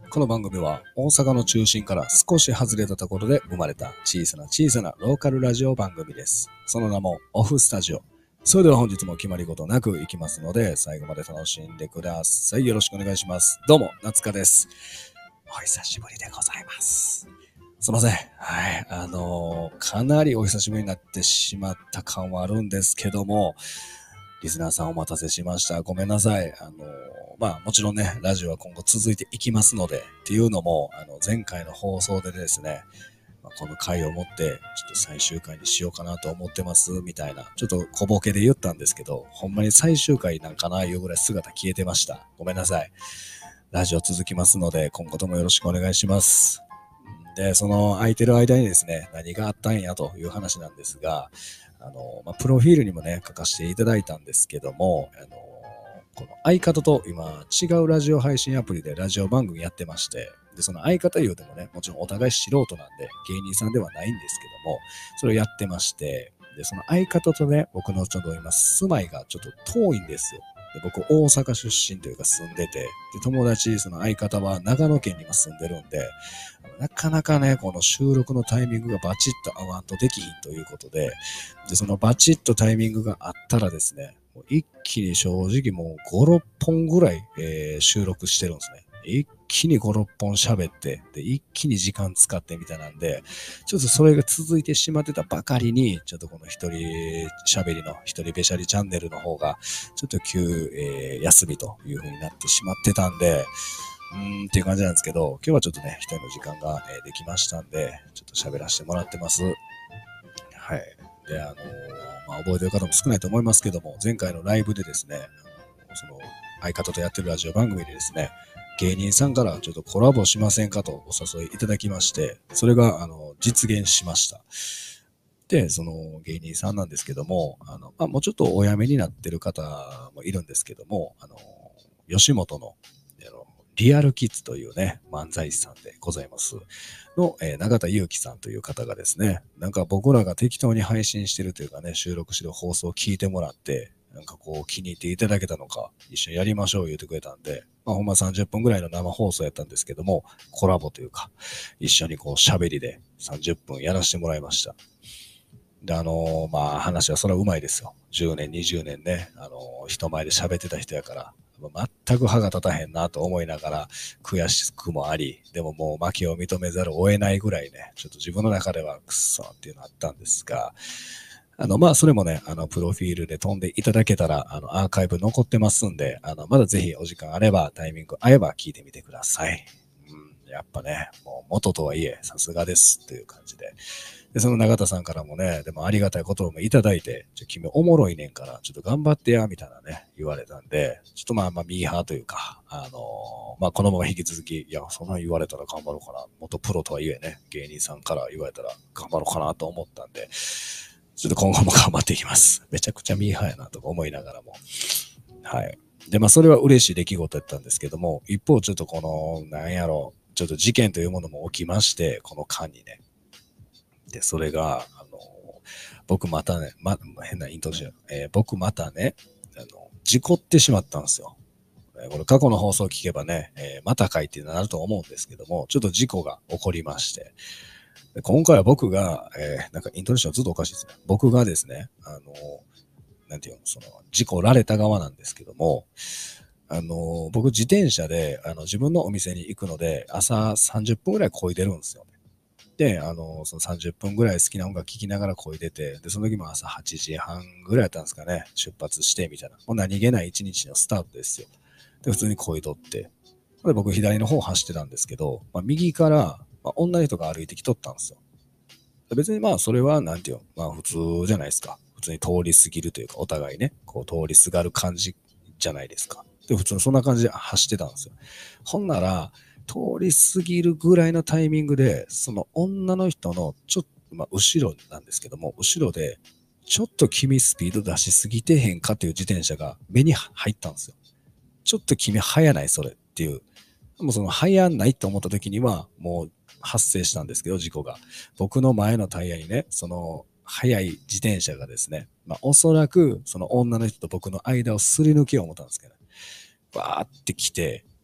この番組は大阪の中心から少し外れたところで生まれた小さな小さなローカルラジオ番組です。その名もオフスタジオ。それでは本日も決まり事なくいきますので、最後まで楽しんでください。よろしくお願いします。どうも、夏香です。お久しぶりでございます。すいません。はい。かなりお久しぶりになってしまった感はあるんですけども、リスナーさんお待たせしました。ごめんなさい。もちろんね、ラジオは今後続いていきますので、っていうのも、前回の放送でですね、この回をもって、ちょっと最終回にしようかなと思ってます、みたいな、ちょっと小ボケで言ったんですけど、ほんまに最終回なんかな、いうぐらい姿消えてました。ごめんなさい。ラジオ続きますので、今後ともよろしくお願いします。で、その空いてる間にですね、何があったんやという話なんですが、プロフィールにもね、書かせていただいたんですけども、この相方と今違うラジオ配信アプリでラジオ番組やってまして、で、その相方言うてもね、もちろんお互い素人なんで芸人さんではないんですけども、それをやってまして、で、その相方とね、僕のちょっと今住まいがちょっと遠いんですよ。で、僕大阪出身というか住んでて、で、友達、その相方は長野県に今住んでるんで、なかなかね、この収録のタイミングがバチッと合わんとできひんということで、で、そのバチッとタイミングがあったらですね、一気に正直もう5、6本ぐらい、収録してるんですね。一気に5、6本喋って、で、一気に時間使ってみたいなんで、ちょっとそれが続いてしまってたばかりに、ちょっとこの一人喋りの一人べしゃりチャンネルの方が、ちょっと休みという風になってしまってたんで、っていう感じなんですけど、今日はちょっとね、一人の時間が、できましたんで、ちょっと喋らせてもらってます。はい。で、覚えてる方も少ないと思いますけども、前回のライブでですね、その相方とやってるラジオ番組でですね、芸人さんからちょっとコラボしませんかとお誘いいただきまして、それが、実現しました。で、その芸人さんなんですけども、もうちょっとお辞めになってる方もいるんですけども、吉本の、あのリアルキッズというね、漫才師さんでございます。の、永田祐樹さんという方がですね、なんか僕らが適当に配信してるというかね、収録してる放送を聞いてもらって、なんかこう気に入っていただけたのか、一緒にやりましょう言ってくれたんで、ほんま30分ぐらいの生放送やったんですけども、コラボというか、一緒にこう喋りで30分やらせてもらいました。で、話はそれはうまいですよ。10年、20年ね、人前で喋ってた人やから、全く歯が立たへんなと思いながら、悔しくもあり、でももう負けを認めざるを得ないぐらいね、ちょっと自分の中ではくっそっていうのあったんですが、それもね、プロフィールで飛んでいただけたら、アーカイブ残ってますんで、まだぜひお時間あれば、タイミング合えば聞いてみてください。やっぱね、もう元とはいえ、さすがですっていう感じで。で、その永田さんからもね、でもありがたいこともいただいて、君おもろいねんから、ちょっと頑張ってや、みたいなね、言われたんで、ちょっとミーハーというか、このまま引き続き、いや、そんなん言われたら頑張ろうかな。元プロとはいえね、芸人さんから言われたら頑張ろうかなと思ったんで、ちょっと今後も頑張っていきます。めちゃくちゃミーハーやなとか思いながらも。はい。で、それは嬉しい出来事だったんですけども、一方、ちょっとこの、なんやろう、ちょっと事件というものも起きまして、この間にね。で、それが、僕またね、変なイントネーション、僕またね、事故ってしまったんですよ。これ過去の放送を聞けばね、またかいってなると思うんですけども、ちょっと事故が起こりまして、で今回は僕が、なんかイントネーションずっとおかしいですね。僕がですね、なんていうの、事故られた側なんですけども、僕自転車で、自分のお店に行くので、朝30分ぐらい漕いでるんですよね。で、その30分ぐらい好きな音楽聴きながら漕いでて、で、その時も朝8時半ぐらいやったんですかね、出発して、みたいな。もう何気ない一日のスタートですよ。で、普通に漕いどって。で、僕左の方走ってたんですけど、右から、女の人が歩いてきとったんですよ。別にそれは、なんていうの、普通じゃないですか。普通に通り過ぎるというか、お互いね、こう通りすがる感じじゃないですか。で、普通にそんな感じで走ってたんですよ。ほんなら、通り過ぎるぐらいのタイミングで、その女の人のちょっと、後ろなんですけども、後ろで、ちょっと君スピード出しすぎてへんかっていう自転車が目に入ったんですよ。ちょっと君早ないそれっていう。もうその早ないと思った時には、もう発生したんですけど、事故が。僕の前のタイヤにね、その速い自転車がですね、おそらくその女の人と僕の間をすり抜けよう思ったんですけど、バーって来て、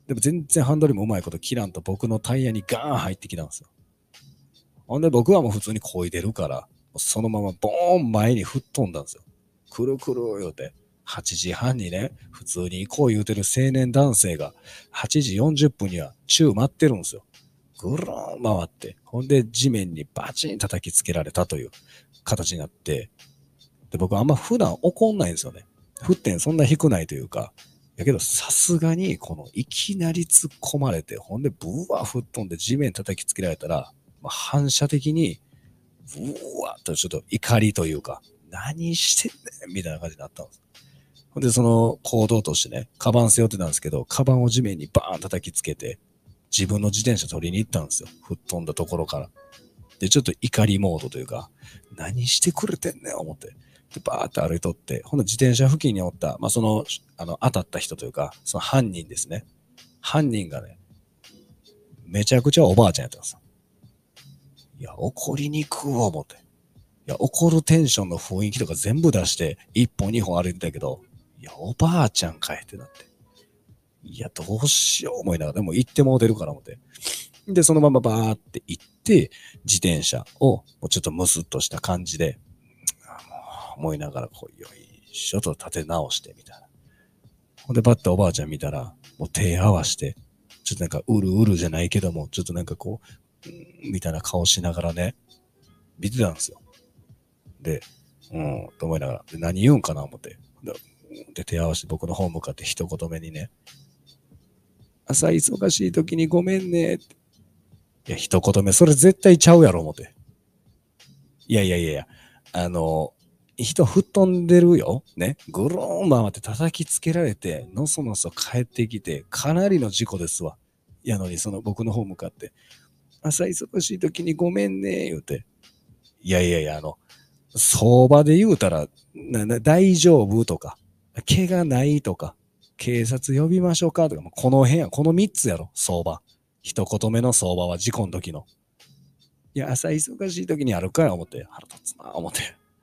でも全然ハンドルもうまいこと切らんと僕のタイヤにガーン入ってきたんですよ。ほんで僕はもう普通に漕いでるから、そのままボーン前に吹っ飛んだんですよ。くるくる言うて。8時半にね、普通に行こう言うてる青年男性が、8時40分には宙待ってるんですよ。ぐるーん回って、ほんで地面にバチン叩きつけられたという形になって、で僕あんま普段怒んないんですよね。沸点そんな低ないというか、やけどさすがにこのいきなり突っ込まれて、ほんでブワー吹っ飛んで地面叩きつけられたら、反射的に、うわーっとちょっと怒りというか、何してんねんみたいな感じになったんです。ほんでその行動としてね、カバン背負ってたんですけど、カバンを地面にバーン叩きつけて、自分の自転車取りに行ったんですよ。吹っ飛んだところから。で、ちょっと怒りモードというか、何してくれてんねん、思って。で、バーって歩いとって、ほんで自転車付近におった、当たった人というか、その犯人ですね。犯人がね、めちゃくちゃおばあちゃんやったんですよ。いや、怒りにく思って。いや、怒るテンションの雰囲気とか全部出して、一本二本歩いてたけど、いや、おばあちゃんかいってなって。いや、どうしよう思いながら、でも行ってもうてるから思って。で、そのままバーって行って、自転車をもうちょっとムスッとした感じで、思いながら、こう、よいしょと立て直して、みたいな。ほんで、バッておばあちゃん見たら、もう手合わして、ちょっとなんか、うるうるじゃないけども、ちょっとなんかこう、みたいな顔しながらね、見てたんですよ。で、と思いながら、で何言うんかな思って。で、手合わせて僕の方向かって一言目にね、朝忙しい時にごめんねって。いや、一言目、それ絶対ちゃうやろ思って。いやいやいやいや、人吹っ飛んでるよ。ね。ぐるーん回って叩きつけられて、のそのそ帰ってきて、かなりの事故ですわ。やのに、その僕の方向かって、朝忙しい時にごめんね、言うて。いやいやいや、相場で言うたら、大丈夫とか、怪我ないとか、警察呼びましょうかとか、この辺や、この3つやろ、相場。一言目の相場は事故の時の。いや、朝忙しい時にあるかよ、思って。腹立つな、思って。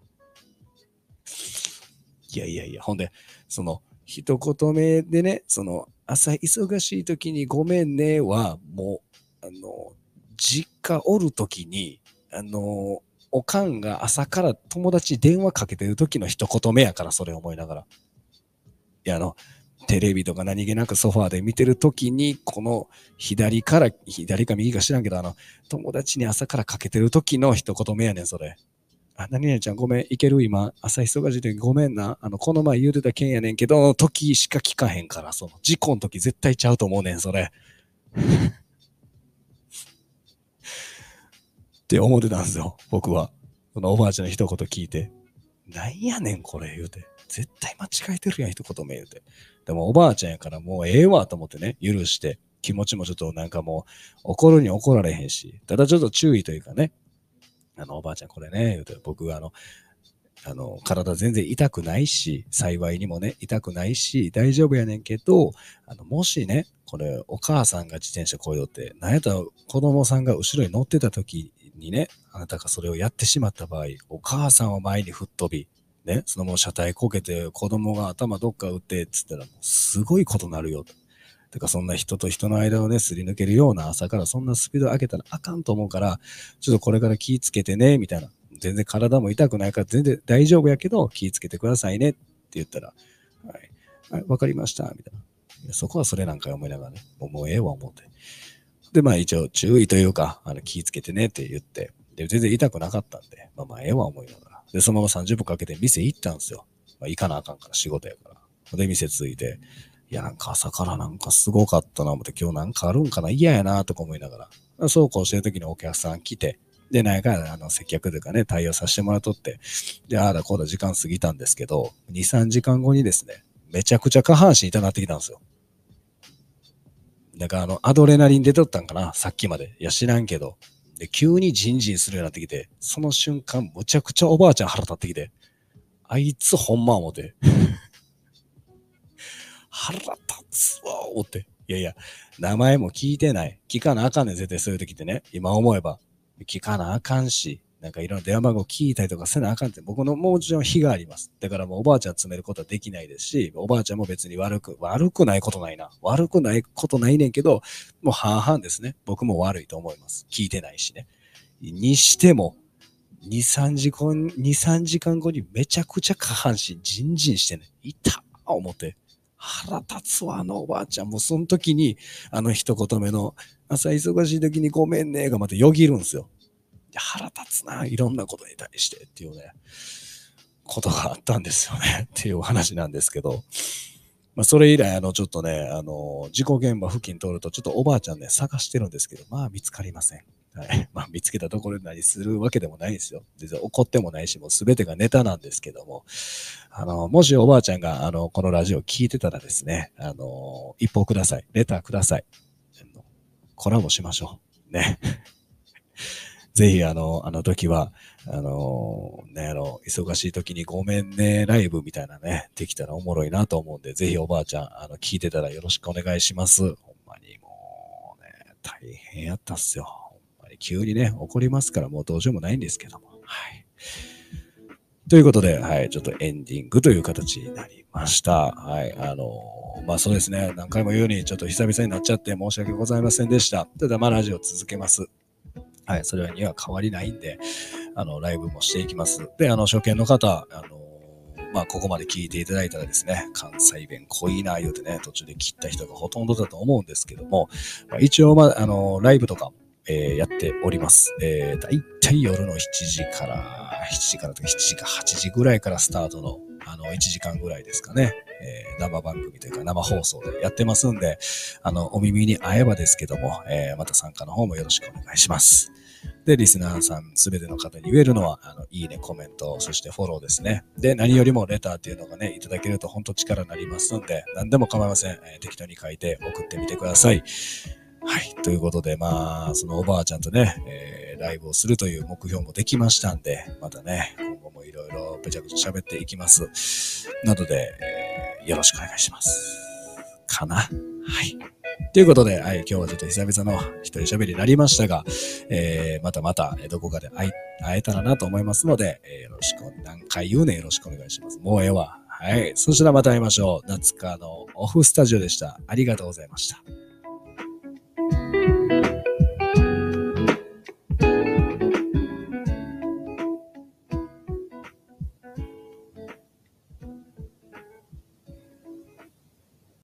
いやいやいや、ほんで、その、一言目でね、その、朝忙しい時にごめんねは、もう、実家おる時に、おかんが朝から友達に電話かけてる時の一言目やから、それ思いながら。いや、テレビとか何気なくソファーで見てる時に、この左か右か知らんけど、友達に朝からかけてる時の一言目やねん、それ。何々ちゃんごめん、いける今、朝忙しい時ごめんな。この前言うてた件やねんけど、時しか聞かへんから、その、事故の時絶対ちゃうと思うねん、それ。って思ってたんですよ、僕は。そのおばあちゃんの一言聞いて。なんやねん、これ、言うて。絶対間違えてるやん、一言目言うて。でもおばあちゃんやからもうええわと思ってね、許して、気持ちもちょっとなんかもう、怒るに怒られへんし、ただちょっと注意というかね、おばあちゃんこれね、言うて、僕が体全然痛くないし、幸いにもね、痛くないし、大丈夫やねんけど、もしね、これ、お母さんが自転車こいよって、なんやったら子供さんが後ろに乗ってた時にね、あなたがそれをやってしまった場合、お母さんは前に吹っ飛び、ね、そのもう車体こけて子供が頭どっか打って、つったらもうすごいことになるよと。てかそんな人と人の間をね、すり抜けるような朝からそんなスピード上げたらあかんと思うから、ちょっとこれから気ぃつけてね、みたいな。全然体も痛くないから全然大丈夫やけど気ぃつけてくださいねって言ったら、はい、はい、わかりました、みたいな。そこはそれなんか思いながらね、もうええわ思って。で、一応注意というか、気ぃつけてねって言って、で、全然痛くなかったんで、ええわ思いながら。で、そのまま30分かけて店行ったんですよ。行かなあかんから仕事やから。で、店着いて、いや、なんか朝からなんかすごかったな思って、今日なんかあるんかな嫌やなとか思いながら。そうこうしてる時にお客さん来て、で、なんか、接客というかね、対応させてもらっとって、で、ああだこうだ時間過ぎたんですけど、2、3時間後にですね、めちゃくちゃ下半身痛なってきたんですよ。なんかアドレナリン出とったんかなさっきまで。いや、知らんけど。で、急にジンジンするようになってきて、その瞬間、むちゃくちゃおばあちゃん腹立ってきて、あいつほんま思って。腹立つわ、思って。いやいや、名前も聞いてない。聞かなあかんねん、絶対そういう時ってね。今思えば。聞かなあかんし。 なんかいろんな電話番号聞いたりとかせなあかんって、僕のもちろん非があります。だからもうおばあちゃん詰めることはできないですし、おばあちゃんも別に悪くないことないな。悪くないことないねんけど、もう半々ですね。僕も悪いと思います。聞いてないしね。にしても、2、3時間後にめちゃくちゃ下半身ジンジンしてね、いた思って。腹立つわ、あのおばあちゃん。もうその時に、一言目の、朝忙しい時にごめんね、がまたよぎるんですよ。腹立つな、いろんなことに対してっていうね、ことがあったんですよね。っていうお話なんですけど。まあ、それ以来、ちょっとね、事故現場付近通ると、ちょっとおばあちゃんね、探してるんですけど、まあ見つかりません。はい。まあ見つけたところで何するわけでもないですよ。全然怒ってもないし、もう全てがネタなんですけども、もしおばあちゃんが、このラジオ聞いてたらですね、一報ください。レターください。コラボしましょう。ね。ぜひ、あの時は、忙しい時にごめんね、ライブみたいなね、できたらおもろいなと思うんで、ぜひおばあちゃん、聞いてたらよろしくお願いします。ほんまにもうね、大変やったっすよ。ほんまに急にね、怒りますから、もうどうしようもないんですけども。はい。ということで、はい、ちょっとエンディングという形になりました。はい、まあそうですね、何回も言うように、ちょっと久々になっちゃって申し訳ございませんでした。ただ、まあラジオ続けます。はい、それには変わりないんで、ライブもしていきます。で、初見の方、まあ、ここまで聞いていただいたらですね、関西弁濃いな、言うてね、途中で切った人がほとんどだと思うんですけども、まあ、一応、まあ、ライブとかも、やっております。だいたい夜の7時からとか7時か8時ぐらいからスタートの、1時間ぐらいですかね、生番組というか生放送でやってますんで、お耳に合えばですけども、また参加の方もよろしくお願いします。で、リスナーさんすべての方に言えるのは、いいね、コメント、そしてフォローですね。で、何よりもレターっていうのがね、いただけると本当力になりますので、何でも構いません。適当に書いて送ってみてください。はい。ということで、まあ、そのおばあちゃんとね、ライブをするという目標もできましたんで、またね、今後もいろいろべちゃくちゃ喋っていきます。なので、よろしくお願いします。かな。はい。ということで、はい、今日はちょっと久々の一人喋りになりましたが、またどこかで会えたらなと思いますので、よろしく、何回言うねよろしくお願いします。もうええわ。はい。そしたらまた会いましょう。夏川のオフスタジオでした。ありがとうございました。